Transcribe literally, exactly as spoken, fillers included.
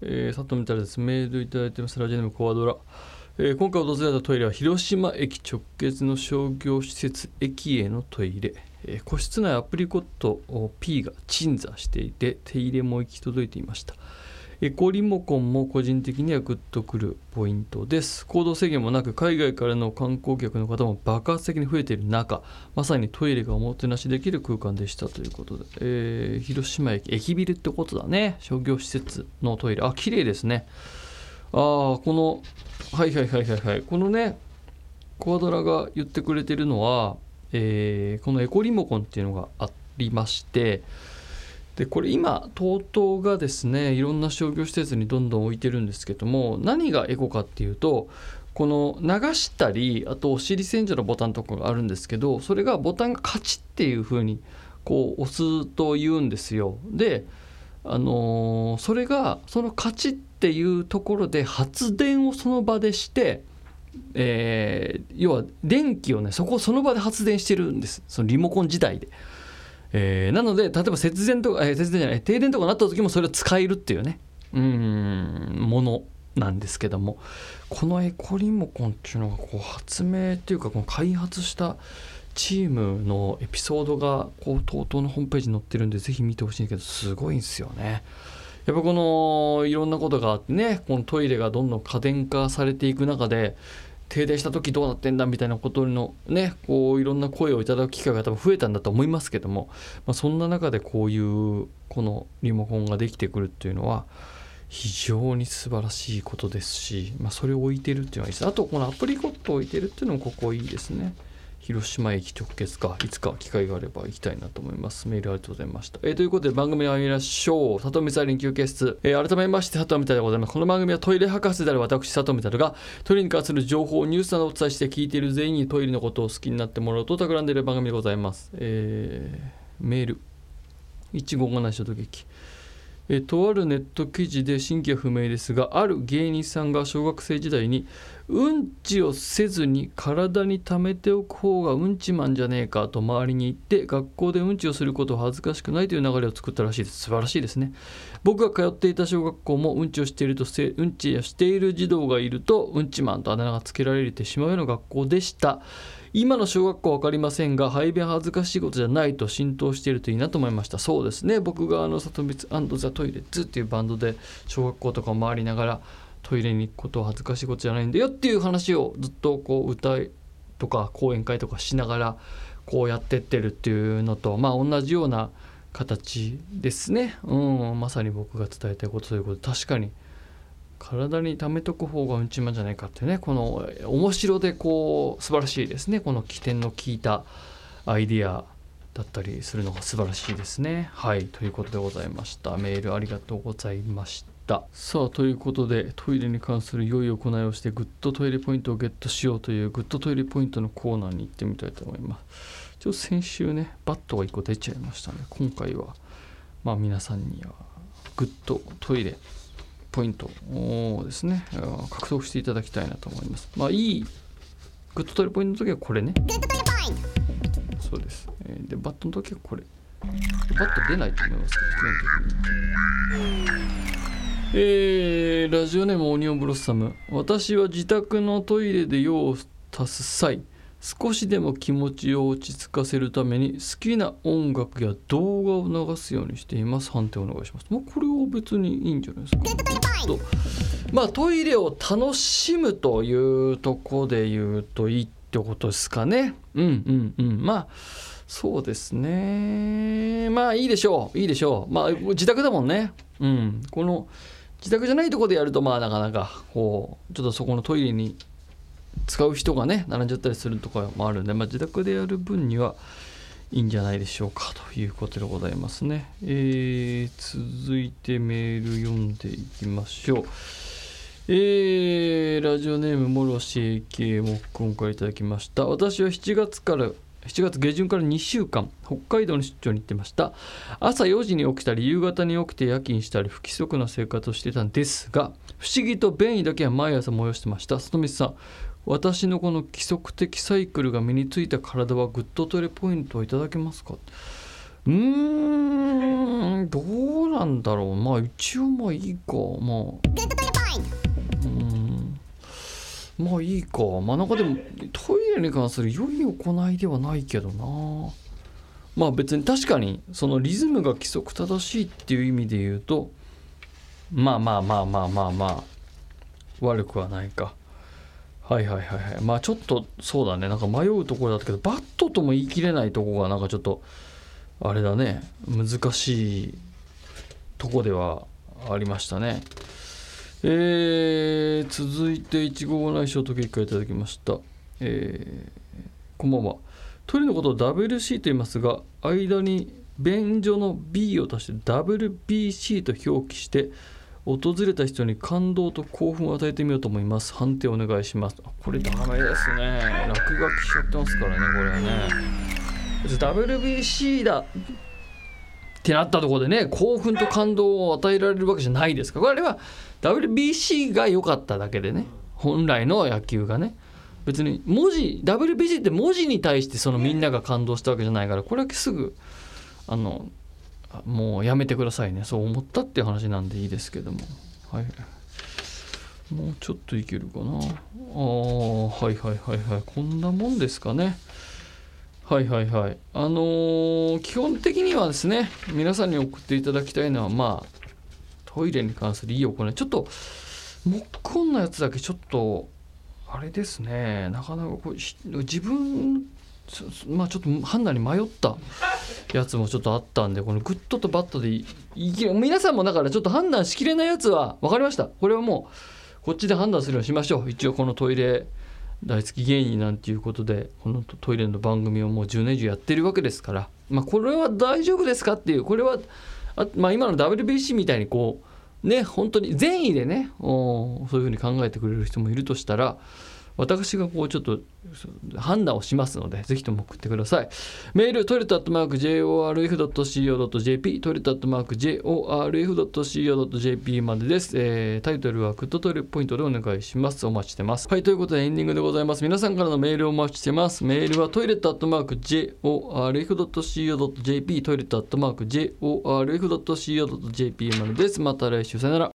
えー、佐藤みたいです。メールいただいてます。ラジオネームコアドラ、えー、今回訪れたトイレは広島駅直結の商業施設駅へのトイレ、えー、個室内アプリコット P が鎮座していて手入れも行き届いていました。エコリモコンも個人的にはグッとくるポイントです。行動制限もなく海外からの観光客の方も爆発的に増えている中、まさにトイレがおもてなしできる空間でしたということで、えー、広島駅駅ビルってことだね。商業施設のトイレ、あ、綺麗ですね。あー、このはいはいはいはいはいこのねコアドラが言ってくれてるのは、えー、このエコリモコンっていうのがありまして、でこれ今 トートー がですねいろんな商業施設にどんどん置いてるんですけども、何がエコかっていうと、この流したりあとお尻洗浄のボタンとかがあるんですけど、それがボタンがカチッっていう風にこう押すと言うんですよ。であのー、それがそのカチッっていうところで発電をその場でして、えー、要は電気をねそこその場で発電してるんです、そのリモコン自体で。えー、なので例えば節電とか、えー、節電じゃない停電とかなった時もそれを使えるっていうねうーんものなんですけども、このエコリモコンっていうのがこう発明っていうかこの開発したチームのエピソードがこう トートー のホームページに載ってるんでぜひ見てほしいんだけど、すごいんですよね。やっぱこのいろんなことがあってね、このトイレがどんどん家電化されていく中で停電した時どうなってんだみたいなことのね、こういろんな声をいただく機会が多分増えたんだと思いますけども、まあ、そんな中でこういうこのリモコンができてくるっていうのは非常に素晴らしいことですし、まあ、それを置いてるっていうのはいいです。あとこのアプリコットを置いてるっていうのもここいいですね。広島駅直結か、いつか機会があれば行きたいなと思います。メールありがとうございました。えー、ということで番組に参りましょう。佐藤光休憩室、えー、改めまして佐藤みたいでございます。この番組はトイレ博士である私佐藤みたいがトイレに関する情報ニュースなどをお伝えして聞いている全員にトイレのことを好きになってもらうと企んでいる番組でございます。えー、メールいちごごなしと劇、えー、とあるネット記事で真偽は不明ですが、ある芸人さんが小学生時代にうんちをせずに体に溜めておく方がうんちマンじゃねえかと周りに言って学校でうんちをすることを恥ずかしくないという流れを作ったらしいです。素晴らしいですね。僕が通っていた小学校もうんちをしているとうんちをしている児童がいるとうんちマンとあだ名がつけられてしまうような学校でした。今の小学校は分かりませんが排便恥ずかしいことじゃないと浸透しているといいなと思いました。そうですね、僕があの里光&ザ・トイレッツっていうバンドで小学校とかを回りながらトイレに行くことは恥ずかしいことじゃないんだよっていう話をずっとこう歌いとか講演会とかしながらこうやってってるっていうのとまあ同じような形ですね。うん、まさに僕が伝えたいことということで、確かに体に溜めとく方がうんちまんじゃないかってね、この面白でこう素晴らしいですね。この起点の効いたアイディアだったりするのが素晴らしいですね。はい、ということでございました。メールありがとうございました。さあということでトイレに関する良い行いをしてグッドトイレポイントをゲットしようというグッドトイレポイントのコーナーに行ってみたいと思います。ちょっと先週ねバットがいっこ出ちゃいましたね。今回はまあ皆さんにはグッドトイレポイントをですね獲得していただきたいなと思います。まあいいグッドトイレポイントの時はこれね、グッドトイレポイントそうです。でバットの時はこれ、バット出ないと思いますけど基本的に。えー、ラジオネームオニオンブロッサム。私は自宅のトイレで用を足す際少しでも気持ちを落ち着かせるために好きな音楽や動画を流すようにしています。判定お願いします。まあ、これは別にいいんじゃないですか。とまあトイレを楽しむというところで言うといいってことですかね。うんうんうんまあそうですね。まあいいでしょういいでしょう。まあ自宅だもんね。うんこの自宅じゃないところでやるとまあなかなかこうちょっとそこのトイレに使う人がね並んじゃったりするとかもあるんで、まあ、自宅でやる分にはいいんじゃないでしょうかということでございますね。えー、続いてメール読んでいきましょう。えー、ラジオネームモロシエーケーも今回いただきました。私はしちがつからしちがつ下旬からにしゅうかん北海道に出張に行ってました。朝よじに起きたり夕方に起きて夜勤したり不規則な生活をしていたんですが、不思議と便意だけは毎朝催してました。里見さん、私のこの規則的サイクルが身についた体はグッドトイレポイントをいただけますか。うーーんどうなんだろう。まあ一応まあいいか。まあうんまあいいか。まあなんかでもトイレに関する良い行いではないけどな。まあ別に確かにそのリズムが規則正しいっていう意味で言うとまあまあまあまあまあまあ悪くはないか。はいはいはいはい。まあちょっとそうだね、なんか迷うところだったけど、バットとも言い切れないところがなんかちょっとあれだね、難しいとこではありましたね。えー、続いていちごご内ショート結果いただきました。えー、こんばんは。トイレのことを ダブリューシー と言いますが、間に便所の B を足して ダブリュービーシー と表記して訪れた人に感動と興奮を与えてみようと思います。判定お願いします。これダメですね。落書きしちゃってますからね、これはね。ダブリュービーシー だってなったところでね、興奮と感動を与えられるわけじゃないですか。これは ダブリュービーシー が良かっただけでね、本来の野球がね、別に文字 ダブリュービーシー って文字に対してそのみんなが感動したわけじゃないから、これはすぐあのもうやめてくださいね。そう思ったっていう話なんでいいですけども、はい、もうちょっといけるかな。ああ、はいはいはいはい、こんなもんですかね。はいはいはい、あのー、基本的にはですね、皆さんに送っていただきたいのは、まあトイレに関するいい行い。ちょっとモックオンのやつだけちょっとあれですね、なかなかこう自分まあちょっと判断に迷ったやつもちょっとあったんで、このグッドとバッドでいい皆さんもだからちょっと判断しきれないやつは分かりました。これはもうこっちで判断するようにしましょう。一応このトイレ大好き芸人なんていうことでこのトイレの番組をもうじゅうねん以上やってるわけですから、まあこれは大丈夫ですかっていう、これはあ、まあ、今の ダブリュービーシー みたいにこうね、本当に善意でね、そういうふうに考えてくれる人もいるとしたら、私がこうちょっと判断をしますので、ぜひとも送ってください。メールトイレットアットマーク ジェイオーアールエフドットシーオードットジェーピー トイレットアットマーク ジェイオーアールエフドットシーオードットジェーピー までです、えー、タイトルはグッドトイレポイントでお願いします。お待ちしてます。はい、ということでエンディングでございます。皆さんからのメールをお待ちしてます。メールはトイレットアットマーク ジェイオーアールエフドットシーオードットジェーピー トイレットアットマーク ジェイオーアールエフドットシーオードットジェーピー までです。また来週、さよなら。